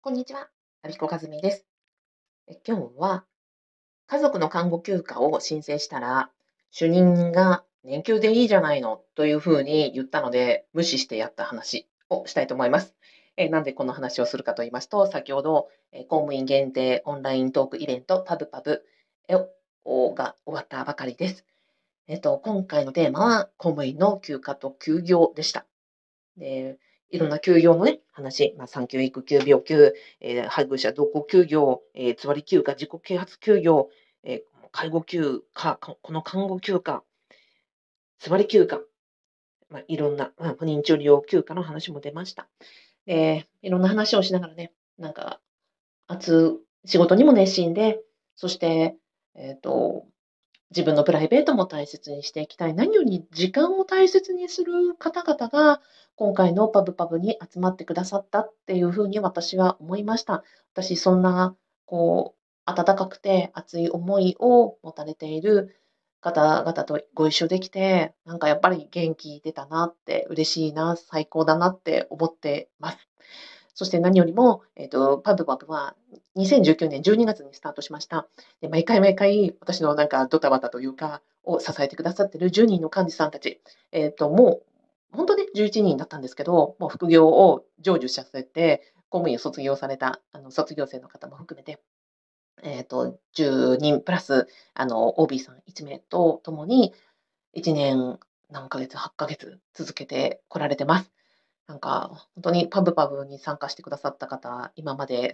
こんにちは、アビコカズミです。今日は家族の看護休暇を申請したら、主任が年休でいいじゃないのというふうに言ったので、無視してやった話をしたいと思います。なんでこの話をするかと言いますと、先ほど、公務員限定オンライントークイベントパブパブが終わったばかりです。今回のテーマは公務員の休暇と休業でした。で、いろんな休業のね、話、産休、育休、病休、配偶者同行休業、つわり休暇、自己啓発休業、介護休暇、この看護休暇、つわり休暇、いろんな、不妊治療休暇の話も出ました。いろんな話をしながらね、なんか、仕事にも熱心で、そして、えっと、自分のプライベートも大切にしていきたい。何より時間を大切にする方々が、今回のパブパブに集まってくださったっていうふうに私は思いました。私、そんな、温かくて熱い思いを持たれている方々とご一緒できて、なんかやっぱり元気出たなって、嬉しいな、最高だなって思ってます。そして何よりも、パブパブは2019年12月にスタートしました。で、毎回毎回私のなんかドタバタというか、を支えてくださっている10人の幹事さんたち、もう本当ね、11人だったんですけど、もう副業を成就させて、公務員を卒業された卒業生の方も含めて、10人プラス、OB さん1名とともに、1年何ヶ月、8ヶ月続けてこられてます。なんか、本当にパブパブに参加してくださった方、今まで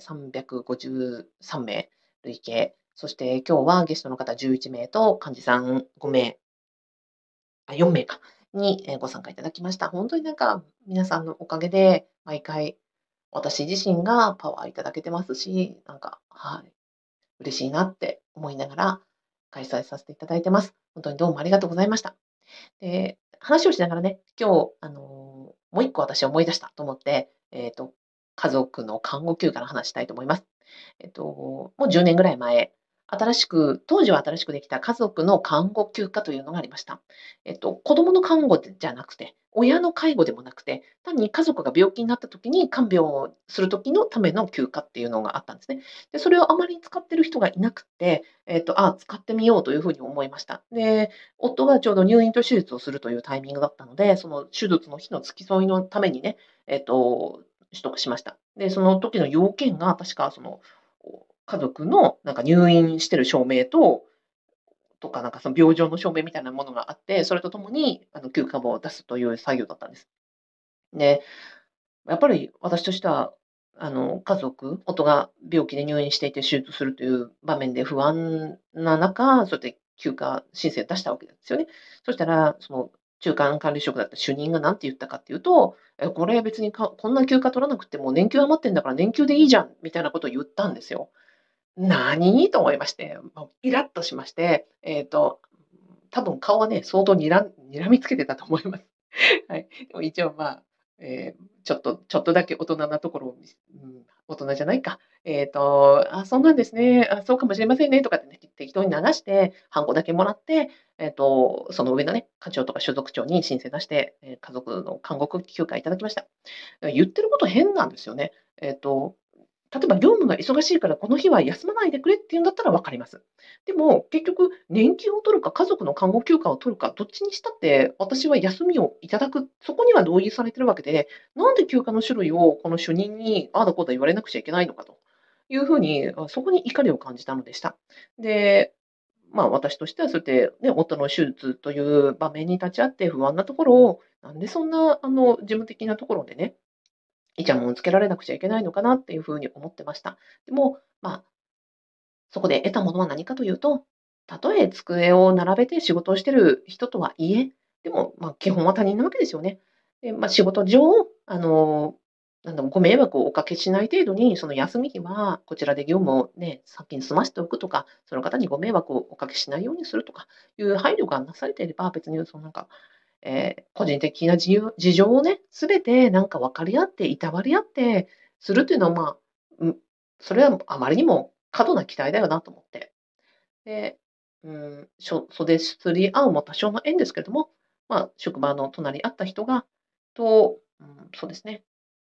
353名累計、そして今日はゲストの方11名と幹事さん5名、4名か、にご参加いただきました。本当になんか皆さんのおかげで、毎回私自身がパワーいただけてますし、なんか、はい、嬉しいなって思いながら開催させていただいてます。本当にどうもありがとうございました。で、話をしながらね、今日、もう一個私思い出したと思って、家族の看護休暇の話したいと思います。もう10年ぐらい前、当時は新しくできた家族の看護休暇というのがありました。子供の看護じゃなくて、親の介護でもなくて、単に家族が病気になった時に看病をする時のための休暇っていうのがあったんですね。で、それをあまり使ってる人がいなくて、使ってみようというふうに思いました。で、夫がちょうど入院と手術をするというタイミングだったので、その手術の日の付き添いのためにね、取得しました。で、その時の要件が、確かその、家族のなんか入院してる証明とか、なんかその病状の証明みたいなものがあって、それとともに休暇を出すという作業だったんです。で、やっぱり私としては、夫が病気で入院していて手術するという場面で不安な中、そうやって休暇申請を出したわけですよね。そしたら、その中間管理職だった主任が何て言ったかっていうと、これ別にこんな休暇取らなくても年休余ってんだから年休でいいじゃんみたいなことを言ったんですよ。何と思いまして、もうイラッとしまして、多分顔はね、相当睨みつけてたと思います。はい。でも一応、ちょっとだけ大人なところを大人じゃないか。そうなんですね。そうかもしれませんねとかってね、適当に流して、ハンコだけもらって、その上のね、課長とか所属長に申請出して、家族の監獄休暇いただきました。言ってること変なんですよね。例えば業務が忙しいからこの日は休まないでくれって言うんだったら分かります。でも結局年休を取るか家族の看護休暇を取るかどっちにしたって私は休みをいただく、そこには同意されてるわけで、なんで休暇の種類をこの主任にああだこうだ言われなくちゃいけないのかというふうに、そこに怒りを感じたのでした。で、私としてはそうやってね、夫の手術という場面に立ち会って不安なところを、なんでそんな事務的なところでね、イチャモンをつけられなくちゃいけないのかなっていうふうに思ってました。でも、そこで得たものは何かというと、たとえ机を並べて仕事をしている人とはいえ、でも、基本は他人なわけですよね。で、仕事上、ご迷惑をおかけしない程度に、その休み日はこちらで業務をね、先に済ましておくとか、その方にご迷惑をおかけしないようにするとかいう配慮がなされていれば、別にそのなんか個人的な事情をね、すべてなんか分かり合って、いたわり合ってするっていうのは、それはあまりにも過度な期待だよなと思って。で、袖すり合うも多少の縁ですけれども、職場の隣り合った人が、そうですね。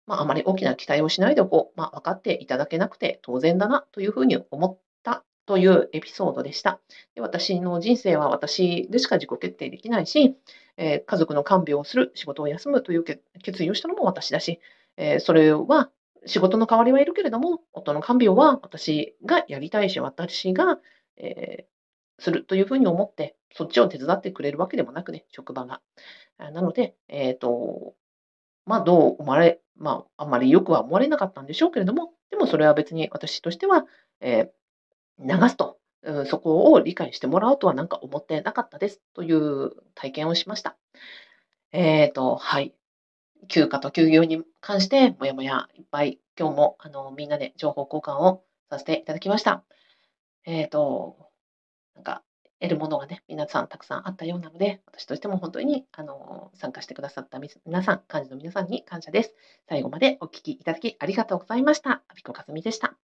あまり大きな期待をしないでおこう。分かっていただけなくて当然だなというふうに思ったというエピソードでした。で、私の人生は私でしか自己決定できないし、家族の看病をする、仕事を休むという決意をしたのも私だし、それは仕事の代わりはいるけれども、夫の看病は私がやりたいし、私が、えするというふうに思って、そっちを手伝ってくれるわけでもなくね、職場が。なので、どう思われあんまり良くは思われなかったんでしょうけれども、でもそれは別に私としては、え流すと、そこを理解してもらおうとはなんか思ってなかったですという体験をしました。はい。休暇と休業に関して、もやもやいっぱい、今日もみんなで情報交換をさせていただきました。えっと、なんか、得るものがね、皆さんたくさんあったようなので、私としても本当に参加してくださった皆さん、幹事の皆さんに感謝です。最後までお聞きいただきありがとうございました。アビコかずみでした。